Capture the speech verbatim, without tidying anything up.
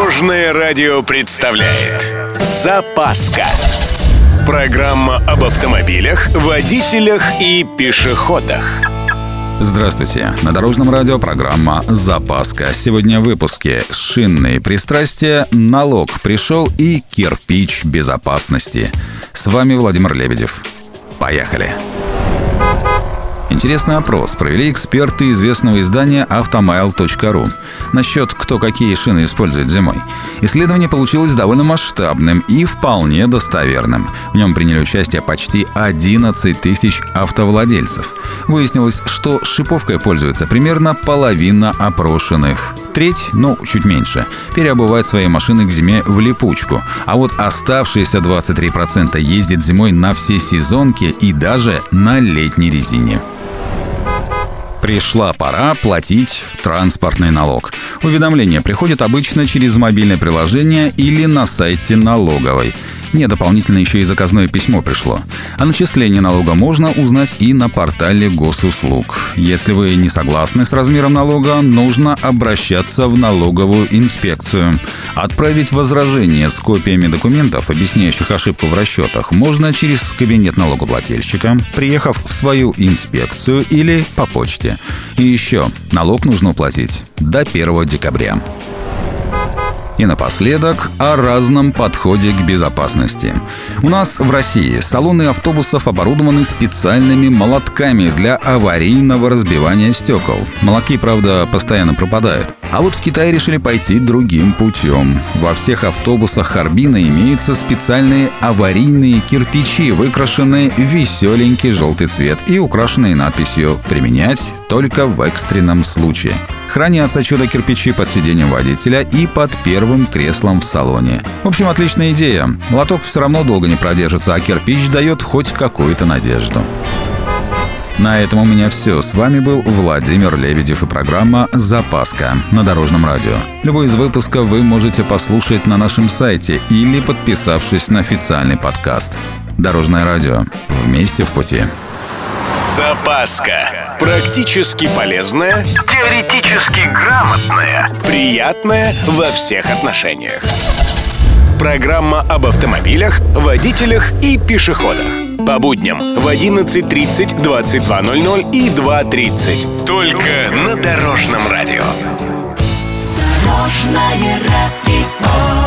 Дорожное радио представляет «Запаска». Программа об автомобилях, водителях и пешеходах. Здравствуйте. На Дорожном радио программа «Запаска». Сегодня в выпуске шинные пристрастия, налог пришел и кирпич безопасности. С вами Владимир Лебедев. Поехали. Интересный опрос провели эксперты известного издания автомайл точка ру насчет, кто какие шины использует зимой. Исследование получилось довольно масштабным и вполне достоверным. В нем приняли участие почти одиннадцать тысяч автовладельцев. Выяснилось, что шиповкой пользуется примерно половина опрошенных. Треть, ну, чуть меньше, переобувает свои машины к зиме в липучку. А вот оставшиеся двадцать три процента ездят зимой на всесезонке и даже на летней резине. Пришла пора платить транспортный налог. Уведомление приходит обычно через мобильное приложение или на сайте налоговой. Нет, дополнительно еще и заказное письмо пришло. О начислении налога можно узнать и на портале госуслуг. Если вы не согласны с размером налога, нужно обращаться в налоговую инспекцию. Отправить возражение с копиями документов, объясняющих ошибку в расчетах, можно через кабинет налогоплательщика, приехав в свою инспекцию или по почте. И еще, налог нужно уплатить до первого декабря. И напоследок о разном подходе к безопасности. У нас в России салоны автобусов оборудованы специальными молотками для аварийного разбивания стекол. Молотки, правда, постоянно пропадают. А вот в Китае решили пойти другим путем. Во всех автобусах Харбина имеются специальные аварийные кирпичи, выкрашенные в веселенький желтый цвет и украшенные надписью «Применять только в экстренном случае». Хранятся чудо-кирпичи под сиденьем водителя и под первым креслом в салоне. В общем, отличная идея. Молоток все равно долго не продержится, а кирпич дает хоть какую-то надежду. На этом у меня все. С вами был Владимир Лебедев и программа «Запаска» на Дорожном радио. Любой из выпусков вы можете послушать на нашем сайте или подписавшись на официальный подкаст. Дорожное радио. Вместе в пути. Запаска. Практически полезная, теоретически грамотная, приятная во всех отношениях. Программа об автомобилях, водителях и пешеходах. По будням в одиннадцать тридцать, двадцать два ноль ноль и два тридцать. Только на Дорожном радио. Дорожное радио.